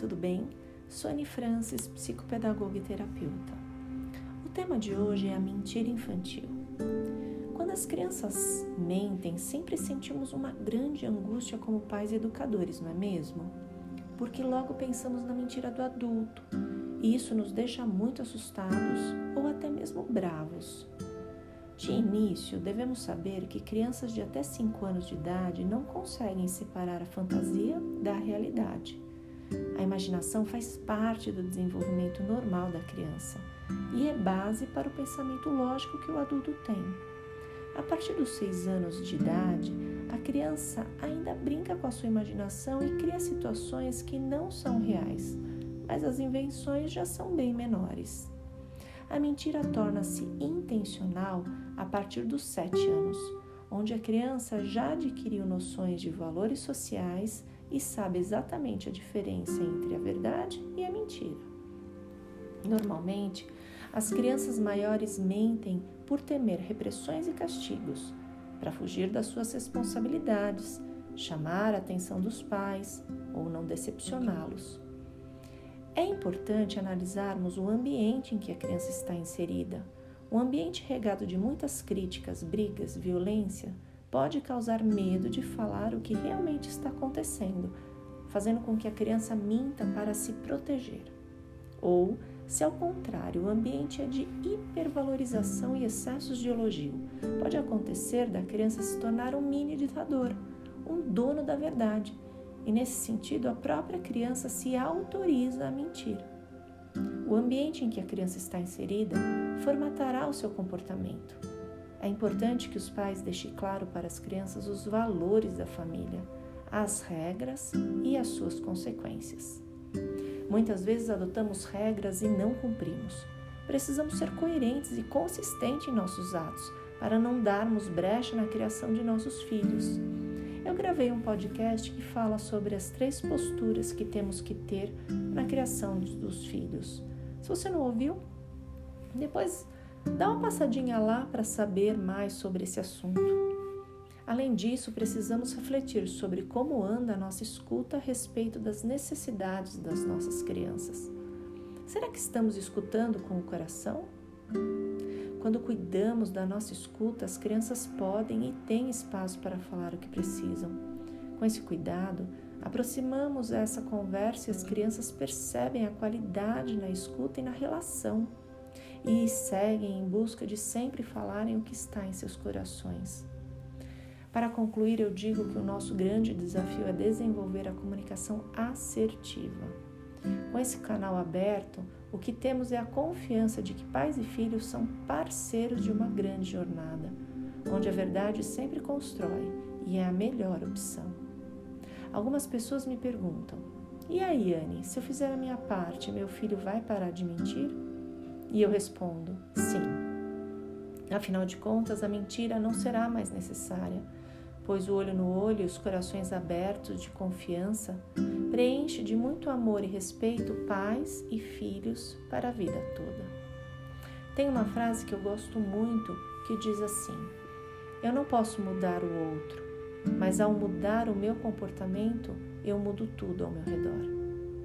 tudo bem? Sou Anne Francis, psicopedagoga e terapeuta. O tema de hoje é a mentira infantil. Quando as crianças mentem, sempre sentimos uma grande angústia como pais e educadores, não é mesmo? Porque logo pensamos na mentira do adulto e isso nos deixa muito assustados ou até mesmo bravos. De início, devemos saber que crianças de até 5 anos de idade não conseguem separar a fantasia da realidade. A imaginação faz parte do desenvolvimento normal da criança e é base para o pensamento lógico que o adulto tem. A partir dos 6 anos de idade, a criança ainda brinca com a sua imaginação e cria situações que não são reais, mas as invenções já são bem menores. A mentira torna-se intencional a partir dos 7 anos, onde a criança já adquiriu noções de valores sociais e sabe exatamente a diferença entre a verdade e a mentira. Normalmente, as crianças maiores mentem por temer repressões e castigos, para fugir das suas responsabilidades, chamar a atenção dos pais ou não decepcioná-los. É importante analisarmos o ambiente em que a criança está inserida. Um ambiente regado de muitas críticas, brigas, violência, pode causar medo de falar o que realmente está acontecendo, fazendo com que a criança minta para se proteger. Ou, se ao contrário, o ambiente é de hipervalorização e excessos de elogio, pode acontecer da criança se tornar um mini ditador, um dono da verdade. E nesse sentido, a própria criança se autoriza a mentir. O ambiente em que a criança está inserida formatará o seu comportamento. É importante que os pais deixem claro para as crianças os valores da família, as regras e as suas consequências. Muitas vezes adotamos regras e não cumprimos. Precisamos ser coerentes e consistentes em nossos atos para não darmos brecha na criação de nossos filhos. Eu gravei um podcast que fala sobre as 3 posturas que temos que ter na criação dos filhos. Se você não ouviu, depois dá uma passadinha lá para saber mais sobre esse assunto. Além disso, precisamos refletir sobre como anda a nossa escuta a respeito das necessidades das nossas crianças. Será que estamos escutando com o coração? Quando cuidamos da nossa escuta, as crianças podem e têm espaço para falar o que precisam. Com esse cuidado, aproximamos essa conversa e as crianças percebem a qualidade na escuta e na relação e seguem em busca de sempre falarem o que está em seus corações. Para concluir, eu digo que o nosso grande desafio é desenvolver a comunicação assertiva. Com esse canal aberto, o que temos é a confiança de que pais e filhos são parceiros de uma grande jornada, onde a verdade sempre constrói e é a melhor opção. Algumas pessoas me perguntam: e aí, Anne, se eu fizer a minha parte, meu filho vai parar de mentir? E eu respondo: sim. Afinal de contas, a mentira não será mais necessária, pois o olho no olho e os corações abertos de confiança preenche de muito amor e respeito pais e filhos para a vida toda. Tem uma frase que eu gosto muito que diz assim: eu não posso mudar o outro, mas ao mudar o meu comportamento, eu mudo tudo ao meu redor.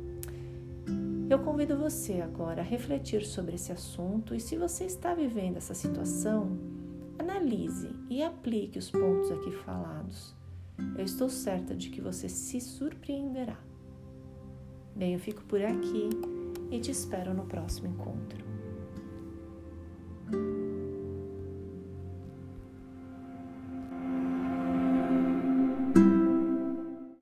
Eu convido você agora a refletir sobre esse assunto e se você está vivendo essa situação, analise e aplique os pontos aqui falados. Eu estou certa de que você se surpreenderá. Bem, eu fico por aqui e te espero no próximo encontro.